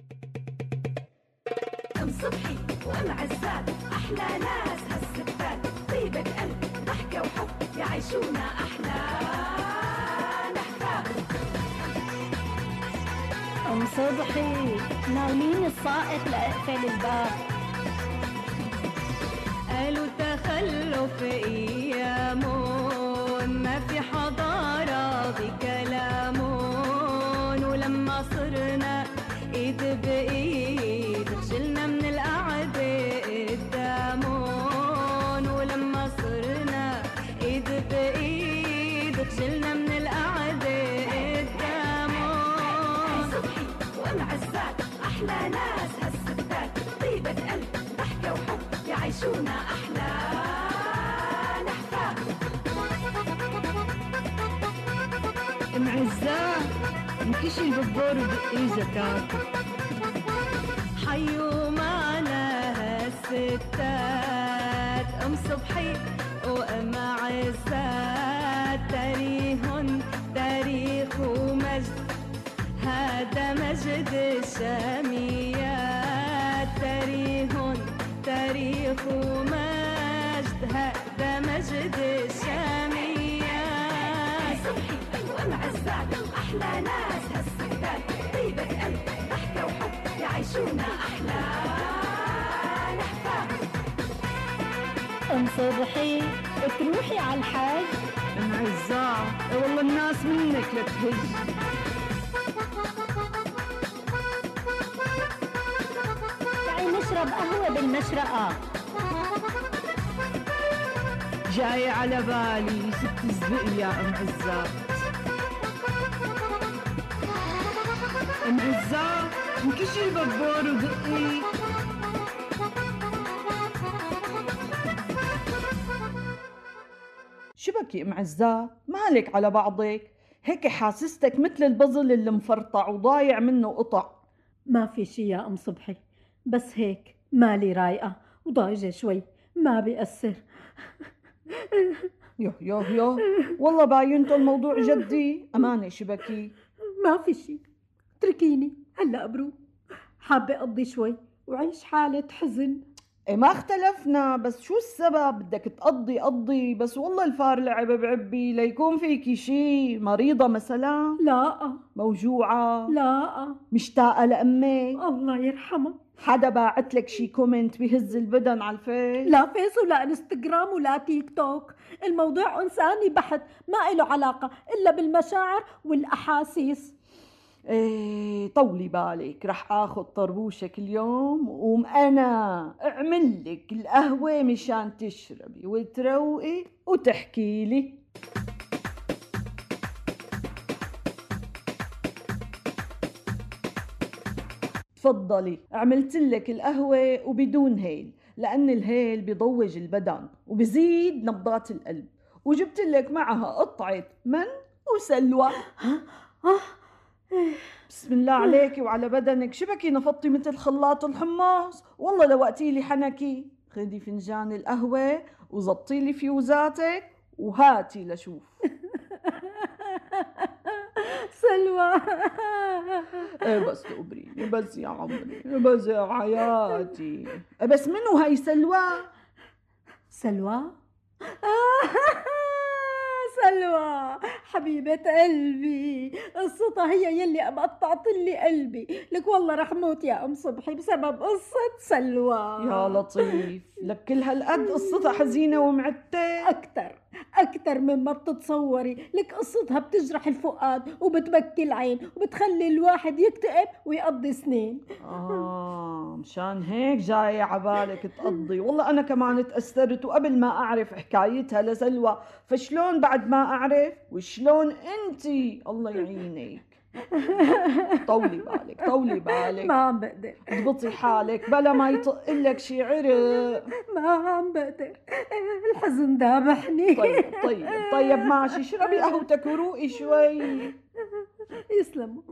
أم صبحي وأم عزات أحلى ناس هالستات، طيبة قلب ضحكة وحب يعيشونا أحلى نحفاد. أم صبحي ناوليني السائق لأقفل الباب. قالوا تخلف ايامون، ما في حضارة بكلامون، ولما صرنا ايد بايد شلنا من القعدة قدامون، ولما صرنا ايد بايد شلنا من القعدة قدامون. صبحي وأم عزات أحلى ناس هالستات، طيبة قلب ضحكة وحب يعيشونا أحلى نحفاد. ام عزام انكشي الببور ودقي زكاته، حيوا معنا هالستات، ام صبحي وام عزات، تاريخن تاريخ ومجد، هذا مجد الشاميات، تاريخن تاريخ ومجد، هذا مجد الشاميات. صبحي وأم عزات أحلى ناس هالستات، طيبة قلب ضحكة وحب يعيشونا أحلى نحفاد. أم صبحي تروحي على الحاج. ام عزام والله الناس منك لتهج، تعي نشرب قهوة بالمشرقة. جاي على بالي ست الزبق يا ام عزام. ام عزام انكشي الببور ودقي. شبكي ام عزات مالك على بعضك هيك؟ حاسستك مثل البزل اللي مفرطع وضايع منه قطع. ما في شي يا أم صبحي، بس هيك مالي رايقة وضايجة شوي، ما بيأثر. يوه والله باينته الموضوع جدي. أمانة شبكي ما في شي، اتركيني هلأ بروح، حابة أقضي شوي وعيش حالة حزن. إيه ما اختلفنا، بس شو السبب؟ بدك تقضي بس والله الفار لعب بعبي ليكون فيكي شي مريضة مثلا؟ لا موجوعة؟ لا مشتاقة لأمك؟ الله يرحمه. حدا باعت لك شي كومنت بهز البدن على الفيس؟ لا فيس ولا انستغرام ولا تيك توك، الموضوع إنساني بحت، ما إله علاقة إلا بالمشاعر والأحاسيس. ايه طولي بالك، رح اخذ طربوشك اليوم وقوم انا اعمل لك القهوة مشان تشربي وتروقي وتحكي لي. تفضلي، عملت لك القهوة وبدون هيل، لأن الهيل بيضوج البدن وبزيد نبضات القلب، وجبت لك معها قطعة من وسلوى. بسم الله عليكي وعلى بدنك، شبكي نفضتي مثل خلاط الحمص، والله لوقتي لي حنكي. خدي فنجان القهوة وزبطي لي فيوزاتك وهاتي لشوف. سلوى ايه بس تقبريني بس يا عمري، بس يا حياتي. إيه بس منو هاي سلوى؟ سلوى سلوى حبيبة قلبي، قصتها هي يلي مقطعت لي قلبي، لك والله رح موت يا أم صبحي بسبب قصة سلوى. يا لطيف، لك كل هالقد قصتها حزينة ومعتة؟ أكتر مما بتتصوري، لك قصتها بتجرح الفؤاد وبتبكي العين وبتخلي الواحد يكتئب ويقضي سنين. مشان هيك جاي عبالك تقضي. والله أنا كمان تأثرت وقبل ما أعرف حكايتها لسلوى، فشلون بعد ما أعرف وشلون أنتي الله يعينك. طولي بالك ما عم بقدر، اضبطي حالك بلا ما يطقلك شي عرق. ما عم بقدر، الحزن ذابحني. طيب ماشي، اشربي قهوتك وروقي شوي. يسلموا.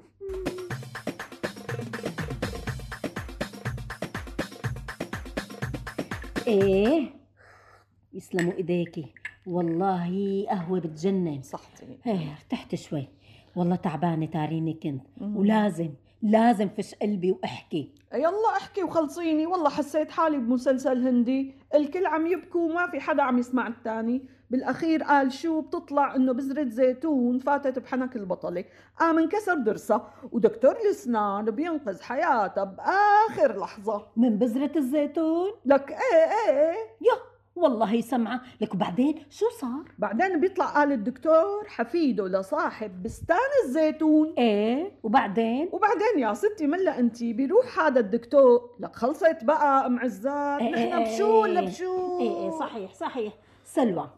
ايه يسلموا ايديكي، والله قهوة بتجنن. صحتي. ايه ارتحت شوي، والله تعبانة تاريني كنت، ولازم لازم فش قلبي واحكي. يلا احكي وخلصيني، والله حسيت حالي بمسلسل هندي، الكل عم يبكوا وما في حدا عم يسمع التاني. بالاخير قال شو بتطلع انه بذرة زيتون فاتت بحنك البطلة، قام انكسر ضرسها، ودكتور الاسنان بينقذ حياتها باخر لحظة. من بذرة الزيتون؟ لك ايه. والله هي سمعة. لك وبعدين شو صار؟ بعدين بيطلع قال الدكتور حفيده لصاحب بستان الزيتون. ايه وبعدين يا ستي ملا انتي بيروح هذا الدكتور. لك خلصت بقى ام عزات، نحن بشو ولا بشو؟ ايه صحيح سلوى.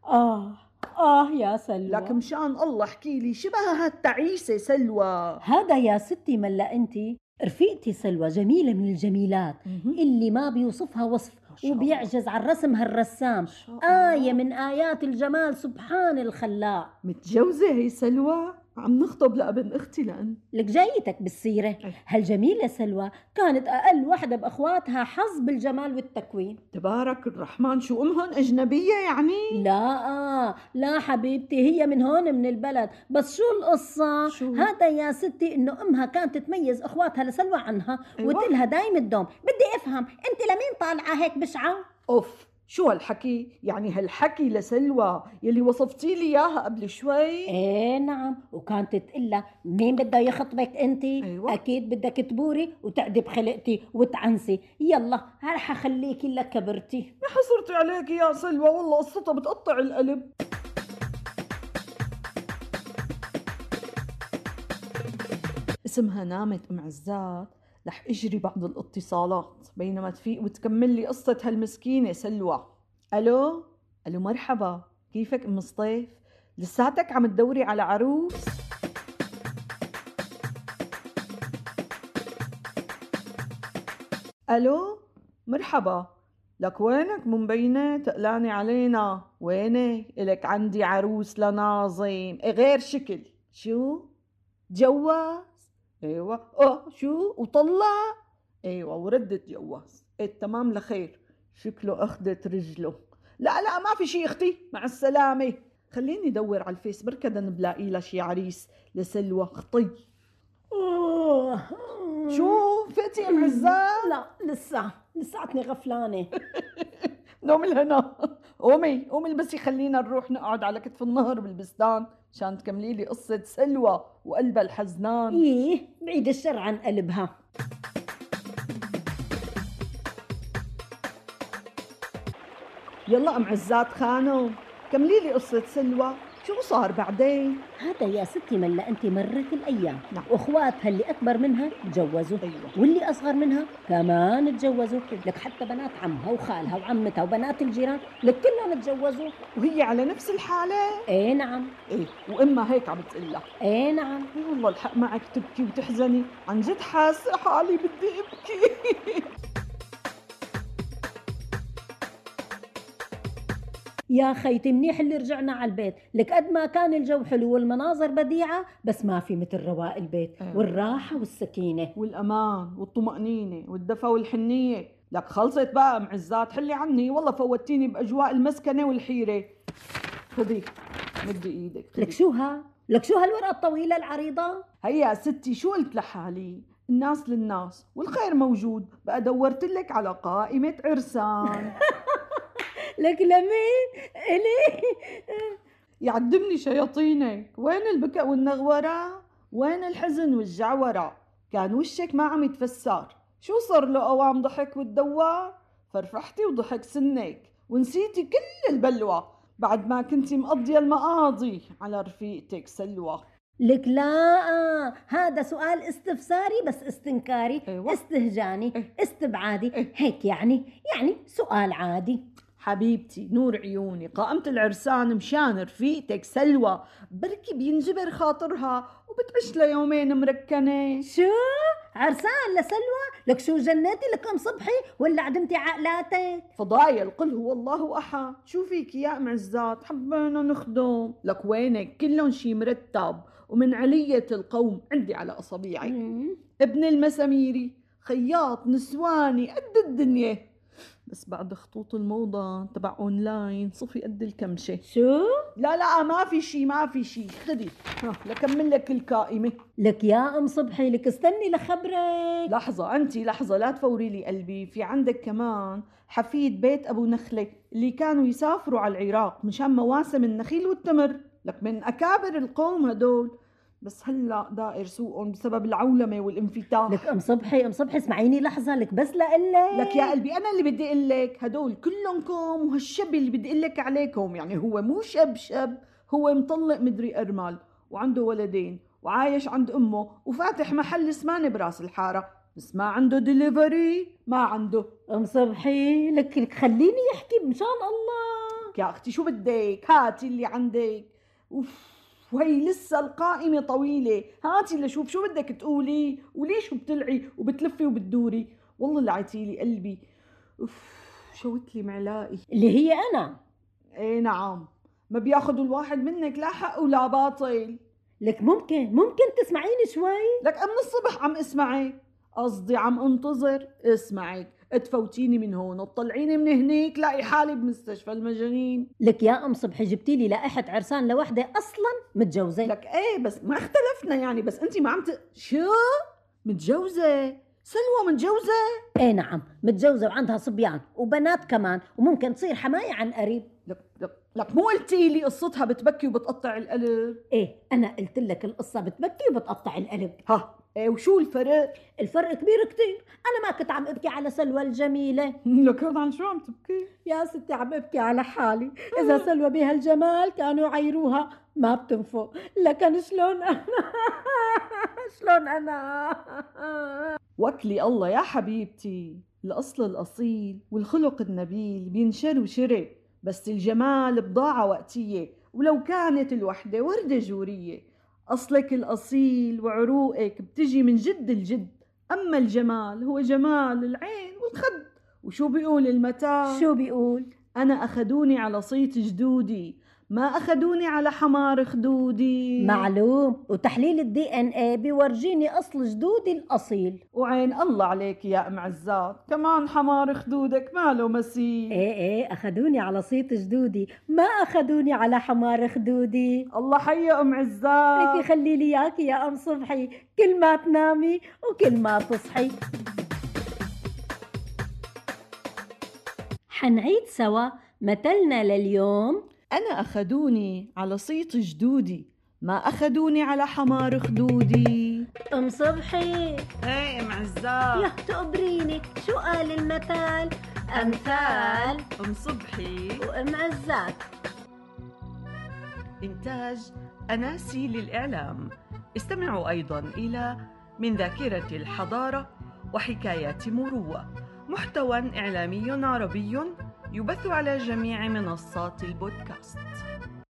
يا سلوى. لك مشان الله احكي لي شبه هالتعيسة سلوى. هذا يا ستي ملا انتي رفيقتي سلوى، جميلة من الجميلات اللي ما بيوصفها وصف وبيعجز عن رسمها الرسام. آية من آيات الجمال سبحان الخلاق. متجوزة هي سلوى؟ عم نخطب لابن اختي لأن لك جايتك بالسيرة. هالجميلة سلوى كانت أقل وحدة بأخواتها حظ بالجمال والتكوين. تبارك الرحمن. شو أمهن أجنبية يعني؟ لا حبيبتي، هي من هون من البلد. بس شو القصة؟ هذا يا ستي إنه أمها كانت تميز أخواتها لسلوى عنها. وتقلها دايم الدوم. بدي أفهم أنت لمين طالعة هيك بشعة؟ أوف، شو هالحكي؟ يعني هالحكي لسلوى يلي وصفتي لي اياها قبل شوي؟ ايه نعم. وكانت تقلها مين بدها يخطبك انت؟ اكيد بدك تبوري وتعدي بخلقتي وتعنسي. يلا رح اخليكي لك كبرتي. يا حصرتي عليكي يا سلوى، والله قصتها بتقطع القلب. اسمها نامت ام عزات، رح اجري بعض الاتصالات بينما تفيق وتكمل لي قصة هالمسكينة سلوى. الو مرحبا، كيفك ام سطيف؟ لساتك عم تدوري على عروس؟ الو مرحبا، لك وينك مو مبينة تقلاني علينا؟ ويني؟ إلك عندي عروس لناظم غير شكل. شو؟ جواز؟ ايوه. شو؟ وطلع؟ ايوه وردت جواز. التمام لخير، شكله اخذت رجله. لا ما في شي اختي، مع السلامة. خليني ادور على الفيس بركض نلاقي لها شي عريس لسلوى خطي. شو فقتي يا ام عزات؟ لا لساتني غفلانة. نوم الهنا. قومي البسي، خلينا نروح نقعد على كتف النهر بالبستان عشان تكملي لي قصة سلوى وقلبها الحزنان. بعيد الشر عن قلبها. يلا ام عزات خانو، كملي لي قصة سلوى، شو صار بعدين؟ هذا يا ستي ملا انت مرت الايام. نعم. واخواتها اللي اكبر منها تجوزوا. واللي اصغر منها كمان تجوزوا. لك حتى بنات عمها وخالها وعمتها وبنات الجيران لك كلهم تجوزوا. وهي على نفس الحالة؟ ايه نعم. وامها هيك عم تقلها؟ ايه نعم. والله الحق معك تبكي وتحزني، عن جد حاسة حالي بدي ابكي. يا خيتي منيح اللي رجعنا على البيت. لك قد ما كان الجو حلو والمناظر بديعة، بس ما في مثل رواق البيت والراحة والسكينة والأمان والطمأنينة والدفى والحنية. لك خلصت بقى ام عزات، حلي عني، والله فوتيني بأجواء المسكنة والحيرة. خذي مدي ايدك. لك شو هالورقة الطويلة العريضة؟ هيا ستي شو قلت لحالي؟ الناس للناس والخير موجود، بقى دورت لك على قائمة عرسان. لك لمين؟ إلي؟ يعدمني شياطينك. وين البكاء والنغورة؟ وين الحزن والجعورة؟ كان وشك ما عم يتفسر، شو صار له قوام ضحك والدوار؟ فرفحتي وضحك سنك ونسيتي كل البلوى بعد ما كنتي مقضية المقاضي على رفيقتك سلوى. لك لا، هذا سؤال استفساري بس استنكاري. استهجاني. استبعادي. هيك يعني سؤال عادي. حبيبتي نور عيوني، قائمة العرسان مشان رفيقتك سلوى، بركي بينجبر خاطرها وبتعيش ليومين مركنة. شو؟ عرسان لسلوى؟ لك شو جنيتي لك ام صبحي ولا عدمتي عقلاتك؟ فضايل قل هو الله احد. شو فيك يا ام عزات، حبينا نخدم. لك وينك كلهم شي مرتب ومن علية القوم عندي على اصابيعي. ابن المساميري خياط نسواني قد الدنيا، بس بعد خطوط الموضة تبع اونلاين صفي قد الكمشة. شو؟ لا ما في شي خدي لكمل لك القائمة. لك يا ام صبحي لك استني لخبرك. لحظة لا تفوري لي قلبي. في عندك كمان حفيد بيت ابو نخلة اللي كانوا يسافروا على العراق مشان مواسم النخيل والتمر، لك من اكابر القوم هدول، بس هلا دائر سوقهم بسبب العولمة والانفتاح. لك ام صبحي اسمعيني لحظه، لك بس لقلك. لك يا قلبي انا اللي بدي اقول لك هدول كلهم كوم، وهالشب اللي بدي اقول لك عليكم يعني هو مو شب، هو مطلق مدري ارمل وعنده ولدين وعايش عند امه وفاتح محل سمانه براس الحاره، بس ما عنده ديليفري، ما عنده. ام صبحي لك خليني احكي مشان الله. يا اختي شو بدك، هاتي اللي عندك. وهي لسه القائمة طويلة، هاتي لشوف شو بدك تقولي، وليش بتلعي وبتلفي وبتدوري. والله اللي عيتيلي قلبي. شوتلي معلائي اللي هي انا. ايه نعم، ما بياخدوا الواحد منك لا حق ولا باطل. لك ممكن تسمعيني شوي. لك من الصبح عم اسمعك، قصدي عم انتظر اسمعك، تفوتيني من هون وتطلعيني من هنيك لاقي حالي بمستشفى المجانين. لك يا ام صبحي جبتي لي لائحه عرسان لوحده اصلا متجوزه. لك ايه بس ما اختلفنا يعني، بس انت ما عم شو متجوزه؟ سلوى متجوزه؟ ايه نعم متجوزه وعندها صبيان وبنات كمان، وممكن تصير حمايه عن قريب. لك مو قلتي لي قصتها بتبكي وبتقطع القلب؟ ايه انا قلت لك القصه بتبكي وبتقطع القلب. ها ايه وشو الفرق؟ الفرق كبير كتير. انا ما كنت عم ابكي على سلوى الجميله. لك هذا عن شو عم تبكي؟ يا ستي عم ابكي على حالي. اذا سلوى بهالجمال كانوا يعيروها ما بتنفق، لكن شلون انا شلون انا. وكلي الله يا حبيبتي، الأصل الأصيل والخلق النبيل بينشر وشري، بس الجمال بضاعة وقتية، ولو كانت الوحدة وردة جورية. أصلك الأصيل وعروقك بتجي من جد الجد، أما الجمال هو جمال العين والخد. وشو بيقول المثل؟ شو بيقول؟ أنا أخدوني على صيت جدودي، ما أخدوني على حمار خدودي. معلوم، وتحليل الدي ان اي بيورجيني اصل جدودي الاصيل. وعين الله عليك يا ام عزات، كمان حمار خدودك ماله مثيل. ايه اخدوني على صيت جدودي، ما اخدوني على حمار خدودي. الله حي يا ام عزات. لك يخلي لي اياكي يا ام صبحي، كل ما تنامي وكل ما تصحي. حنعيد سوا مثلنا لليوم. أنا أخدوني على صيت جدودي، ما أخدوني على حمار خدودي. ام صبحي ايه ام عزات. يا تقبريني شو قال المثل؟ أمثال ام صبحي وام عزات. إنتاج أناسي للإعلام. استمعوا أيضا إلى من ذاكرة الحضارة وحكايات مروة، محتوى إعلامي عربي يبث على جميع منصات البودكاست.